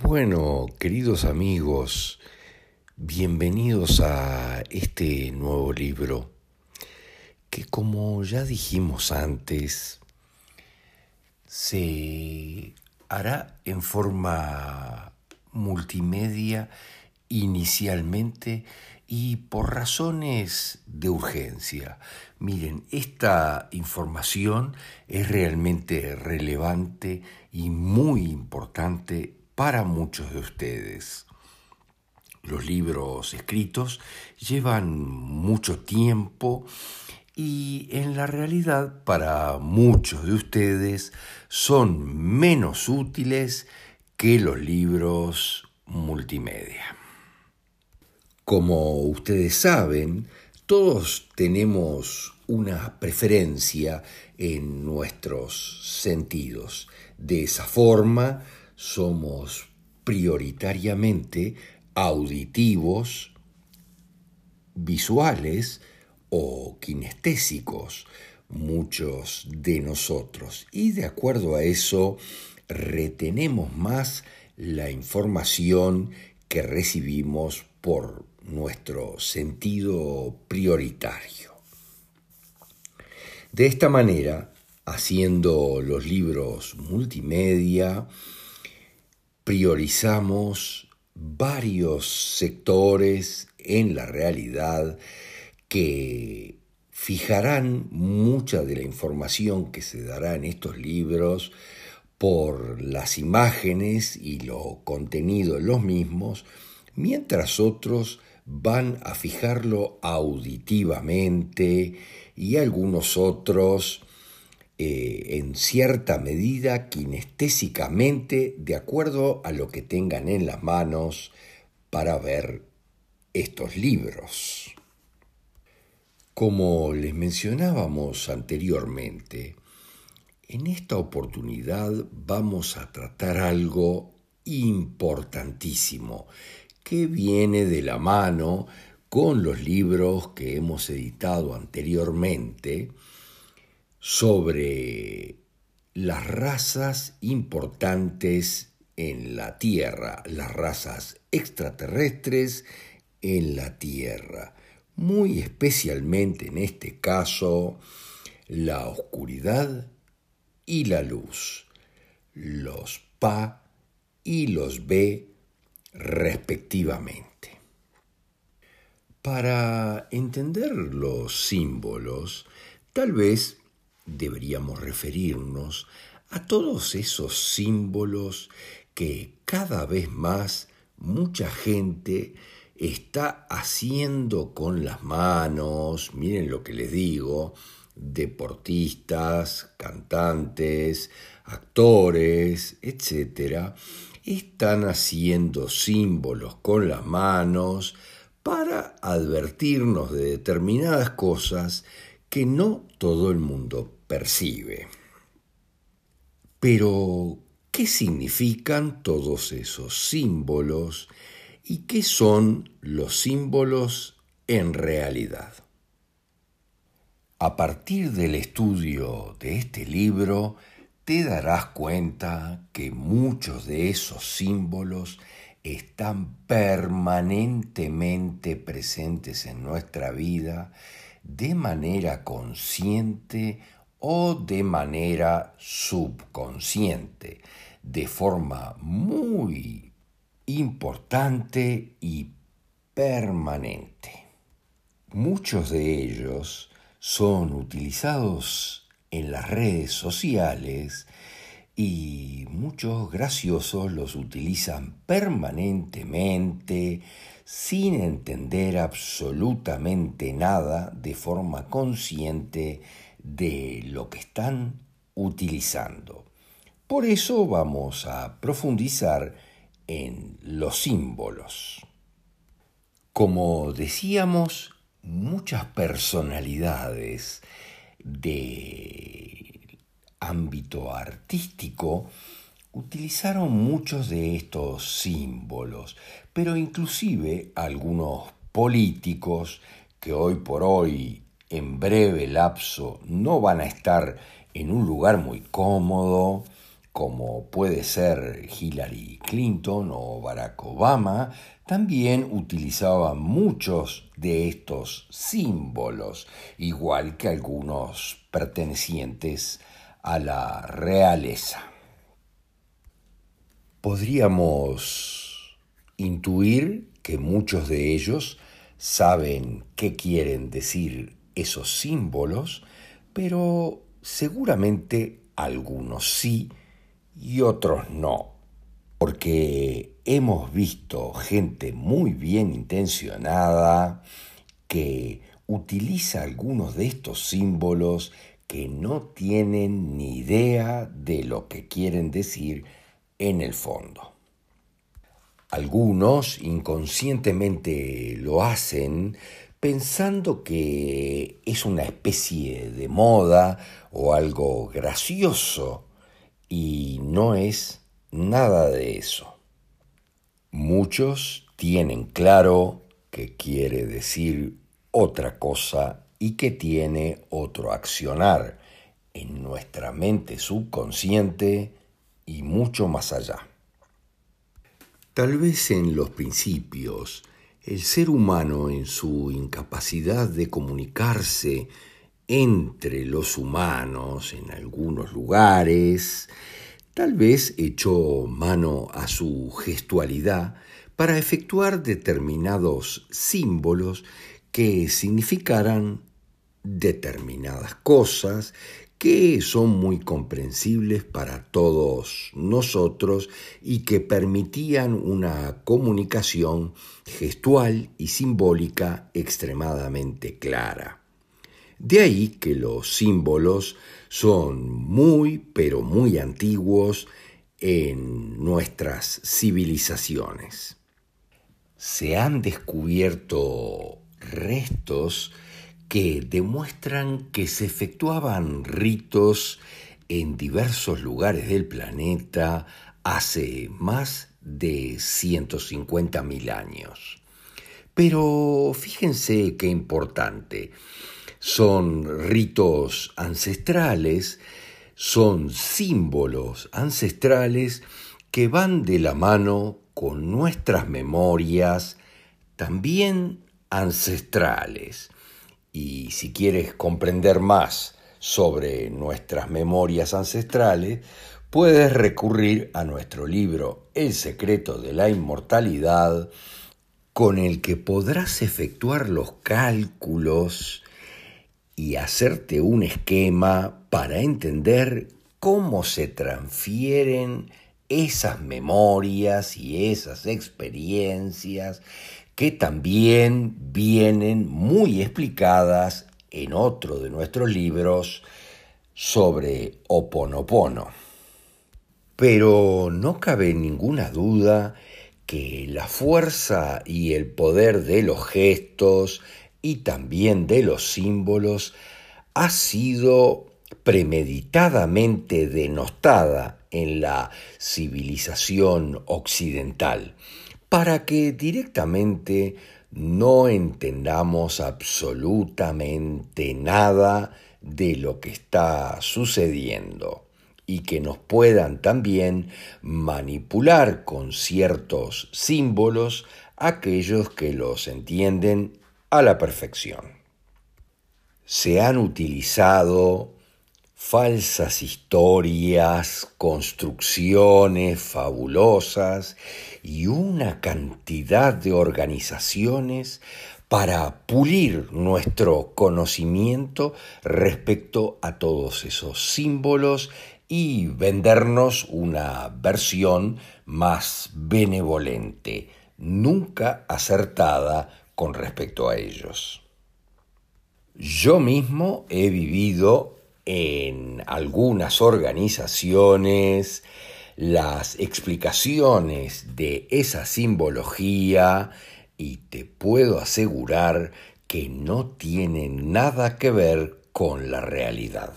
Bueno, queridos amigos, bienvenidos a este nuevo libro que, como ya dijimos antes, se hará en forma multimedia inicialmente y por razones de urgencia. Miren, esta información es realmente relevante y muy importante para muchos de ustedes. Los libros escritos llevan mucho tiempo y en la realidad para muchos de ustedes son menos útiles que los libros multimedia. Como ustedes saben, todos tenemos una preferencia en nuestros sentidos. De esa forma, somos prioritariamente auditivos, visuales o kinestésicos, muchos de nosotros. Y de acuerdo a eso, retenemos más la información que recibimos por nuestro sentido prioritario. De esta manera, haciendo los libros multimedia, priorizamos varios sectores en la realidad que fijarán mucha de la información que se dará en estos libros por las imágenes y lo contenido en los mismos, mientras otros van a fijarlo auditivamente y algunos otros en cierta medida kinestésicamente de acuerdo a lo que tengan en las manos para ver estos libros. Como les mencionábamos anteriormente, en esta oportunidad vamos a tratar algo importantísimo que viene de la mano con los libros que hemos editado anteriormente sobre las razas importantes en la Tierra, las razas extraterrestres en la Tierra, muy especialmente en este caso la oscuridad y la luz, los Pa y los Be respectivamente. Para entender los símbolos, tal vez deberíamos referirnos a todos esos símbolos que cada vez más mucha gente está haciendo con las manos. Miren lo que les digo: deportistas, cantantes, actores, etc. Están haciendo símbolos con las manos para advertirnos de determinadas cosas que no todo el mundo percibe. Pero, ¿qué significan todos esos símbolos y qué son los símbolos en realidad? A partir del estudio de este libro, te darás cuenta que muchos de esos símbolos están permanentemente presentes en nuestra vida de manera consciente o de manera subconsciente, de forma muy importante y permanente. Muchos de ellos son utilizados en las redes sociales y muchos graciosos los utilizan permanentemente sin entender absolutamente nada de forma consciente de lo que están utilizando. Por eso vamos a profundizar en los símbolos. Como decíamos, muchas personalidades de ámbito artístico utilizaron muchos de estos símbolos, pero inclusive algunos políticos que hoy por hoy, en breve lapso, no van a estar en un lugar muy cómodo, como puede ser Hillary Clinton o Barack Obama, también utilizaban muchos de estos símbolos, igual que algunos pertenecientes a la realeza. Podríamos intuir que muchos de ellos saben qué quieren decir esos símbolos, pero seguramente algunos sí y otros no, porque hemos visto gente muy bien intencionada que utiliza algunos de estos símbolos que no tienen ni idea de lo que quieren decir en el fondo. Algunos inconscientemente lo hacen pensando que es una especie de moda o algo gracioso, y no es nada de eso. Muchos tienen claro que quiere decir otra cosa y que tiene otro accionar en nuestra mente subconsciente y mucho más allá. Tal vez en los principios, el ser humano, en su incapacidad de comunicarse entre los humanos en algunos lugares, tal vez echó mano a su gestualidad para efectuar determinados símbolos que significaran determinadas cosas que son muy comprensibles para todos nosotros y que permitían una comunicación gestual y simbólica extremadamente clara. De ahí que los símbolos son muy, pero muy antiguos en nuestras civilizaciones. Se han descubierto restos que demuestran que se efectuaban ritos en diversos lugares del planeta hace más de 150.000 años. Pero fíjense qué importante. Son ritos ancestrales, son símbolos ancestrales que van de la mano con nuestras memorias, también ancestrales. Y si quieres comprender más sobre nuestras memorias ancestrales, puedes recurrir a nuestro libro El secreto de la inmortalidad, con el que podrás efectuar los cálculos y hacerte un esquema para entender cómo se transfieren esas memorias y esas experiencias que también vienen muy explicadas en otro de nuestros libros sobre Ho'oponopono. Pero no cabe ninguna duda que la fuerza y el poder de los gestos y también de los símbolos ha sido premeditadamente denostada en la civilización occidental para que directamente no entendamos absolutamente nada de lo que está sucediendo y que nos puedan también manipular con ciertos símbolos aquellos que los entienden a la perfección. Se han utilizado falsas historias, construcciones fabulosas y una cantidad de organizaciones para pulir nuestro conocimiento respecto a todos esos símbolos y vendernos una versión más benevolente, nunca acertada con respecto a ellos. Yo mismo he vivido en algunas organizaciones las explicaciones de esa simbología y te puedo asegurar que no tienen nada que ver con la realidad.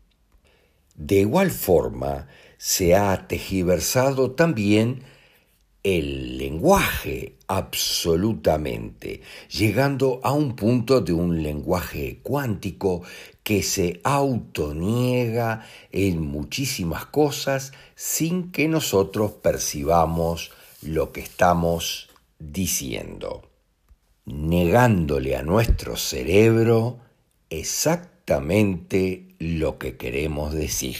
De igual forma, se ha tergiversado también el lenguaje absolutamente, llegando a un punto de un lenguaje cuántico que se autoniega en muchísimas cosas sin que nosotros percibamos lo que estamos diciendo, negándole a nuestro cerebro exactamente lo que queremos decir.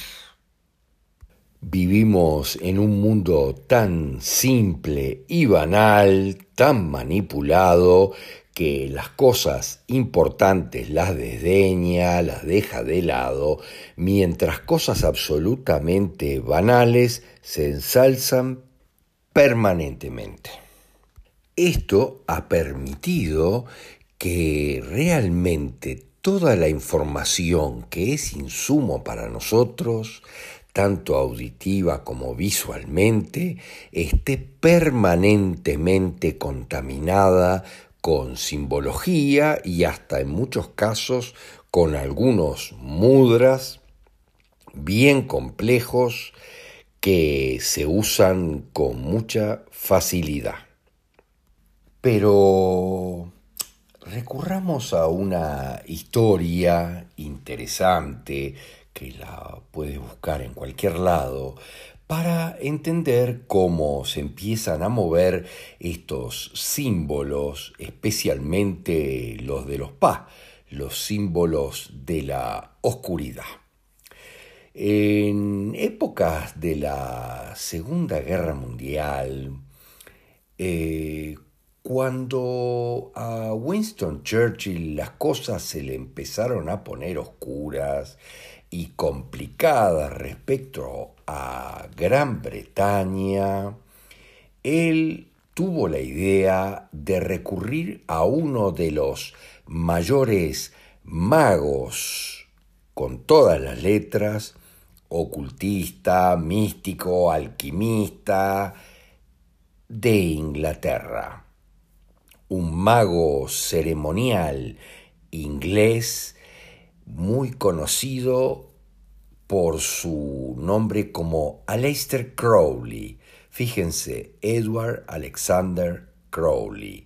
Vivimos en un mundo tan simple y banal, tan manipulado, que las cosas importantes las desdeña, las deja de lado, mientras cosas absolutamente banales se ensalzan permanentemente. Esto ha permitido que realmente toda la información que es insumo para nosotros, tanto auditiva como visualmente, esté permanentemente contaminada con simbología y hasta en muchos casos con algunos mudras bien complejos que se usan con mucha facilidad. Pero recurramos a una historia interesante que la puedes buscar en cualquier lado para entender cómo se empiezan a mover estos símbolos, especialmente los de los Pa, los símbolos de la oscuridad. En épocas de la Segunda Guerra Mundial, cuando a Winston Churchill las cosas se le empezaron a poner oscuras y complicadas respecto a Gran Bretaña, él tuvo la idea de recurrir a uno de los mayores magos, con todas las letras, ocultista, místico, alquimista, de Inglaterra. Un mago ceremonial inglés muy conocido por su nombre como Aleister Crowley. Fíjense, Edward Alexander Crowley.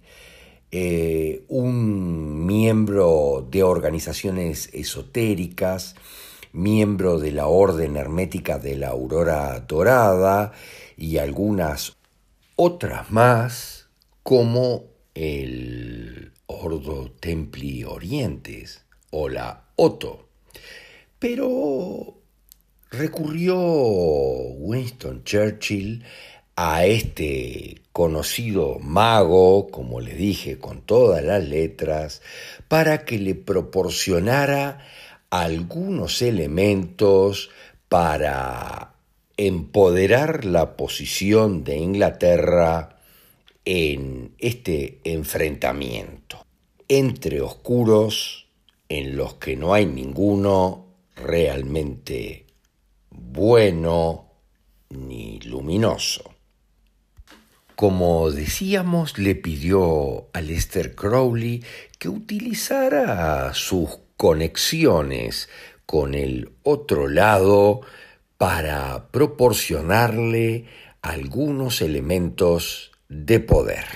Un miembro de organizaciones esotéricas, miembro de la Orden Hermética de la Aurora Dorada y algunas otras más, como el Ordo Templi Orientis o la Otto. Pero recurrió Winston Churchill a este conocido mago, como les dije, con todas las letras, para que le proporcionara algunos elementos para empoderar la posición de Inglaterra en este enfrentamiento entre oscuros en los que no hay ninguno realmente bueno ni luminoso. Como decíamos, le pidió a Aleister Crowley que utilizara sus conexiones con el otro lado para proporcionarle algunos elementos de poder.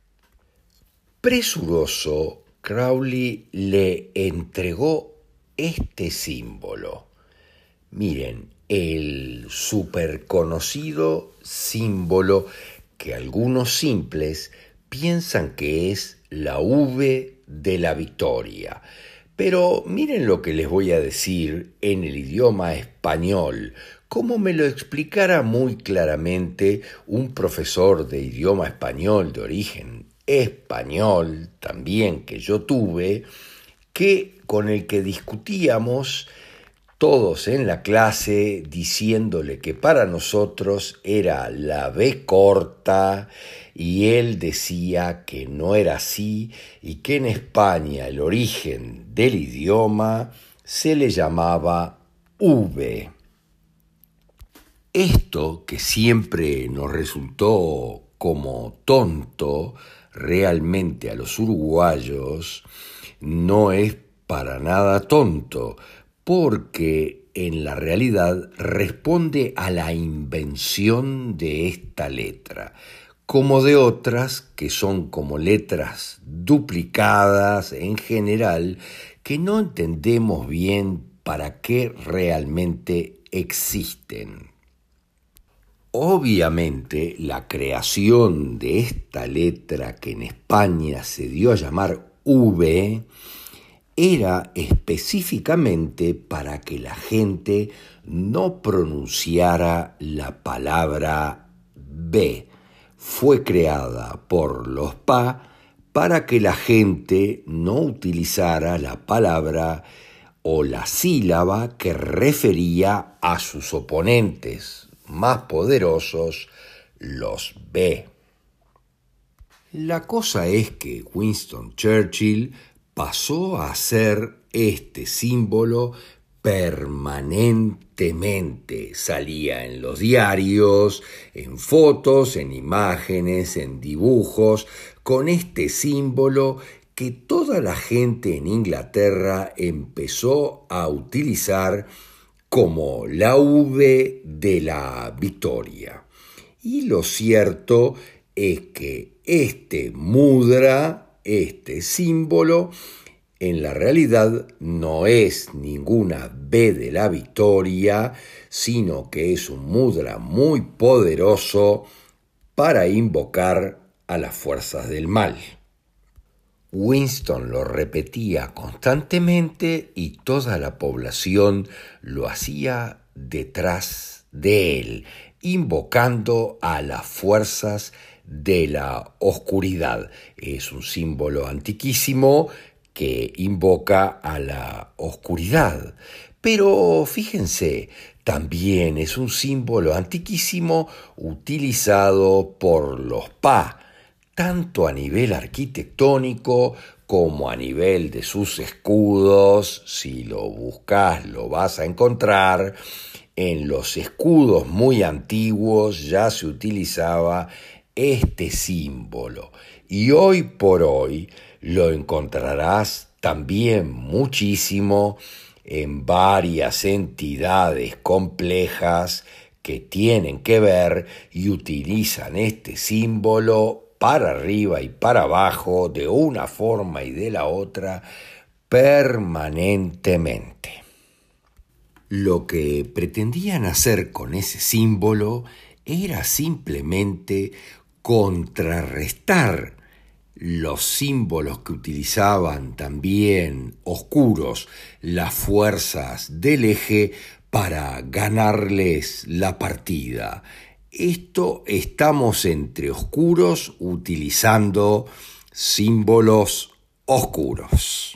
Presuroso, Crowley le entregó este símbolo. Miren, el superconocido símbolo que algunos simples piensan que es la V de la victoria. Pero miren lo que les voy a decir en el idioma español, como me lo explicara muy claramente un profesor de idioma español de origen español, también que yo tuve, con el que discutíamos todos en la clase, diciéndole que para nosotros era la B corta y él decía que no era así y que en España el origen del idioma se le llamaba V. Esto, que siempre nos resultó como tonto, realmente a los uruguayos no es para nada tonto, porque en la realidad responde a la invención de esta letra. como de otras que son como letras duplicadas en general, que no entendemos bien para qué realmente existen. Obviamente, la creación de esta letra, que en España se dio a llamar V, era específicamente para que la gente no pronunciara la palabra B. Fue creada por los PA para que la gente no utilizara la palabra o la sílaba que refería a sus oponentes más poderosos, los B. La cosa es que Winston Churchill pasó a ser este símbolo permanentemente. Salía en los diarios, en fotos, en imágenes, en dibujos, con este símbolo que toda la gente en Inglaterra empezó a utilizar como la V de la victoria. Y lo cierto es que este mudra, este símbolo, en la realidad no es ninguna B de la victoria, sino que es un mudra muy poderoso para invocar a las fuerzas del mal. Winston lo repetía constantemente y toda la población lo hacía detrás de él, invocando a las fuerzas de la oscuridad. Es un símbolo antiquísimo que invoca a la oscuridad. Pero fíjense, también es un símbolo antiquísimo utilizado por los PA, tanto a nivel arquitectónico como a nivel de sus escudos. Si lo buscas, lo vas a encontrar. En los escudos muy antiguos ya se utilizaba este símbolo y hoy por hoy lo encontrarás también muchísimo en varias entidades complejas que tienen que ver y utilizan este símbolo para arriba y para abajo, de una forma y de la otra, permanentemente. Lo que pretendían hacer con ese símbolo era simplemente contrarrestar los símbolos que utilizaban también oscuros las fuerzas del eje para ganarles la partida. Esto estamos entre oscuros utilizando símbolos oscuros.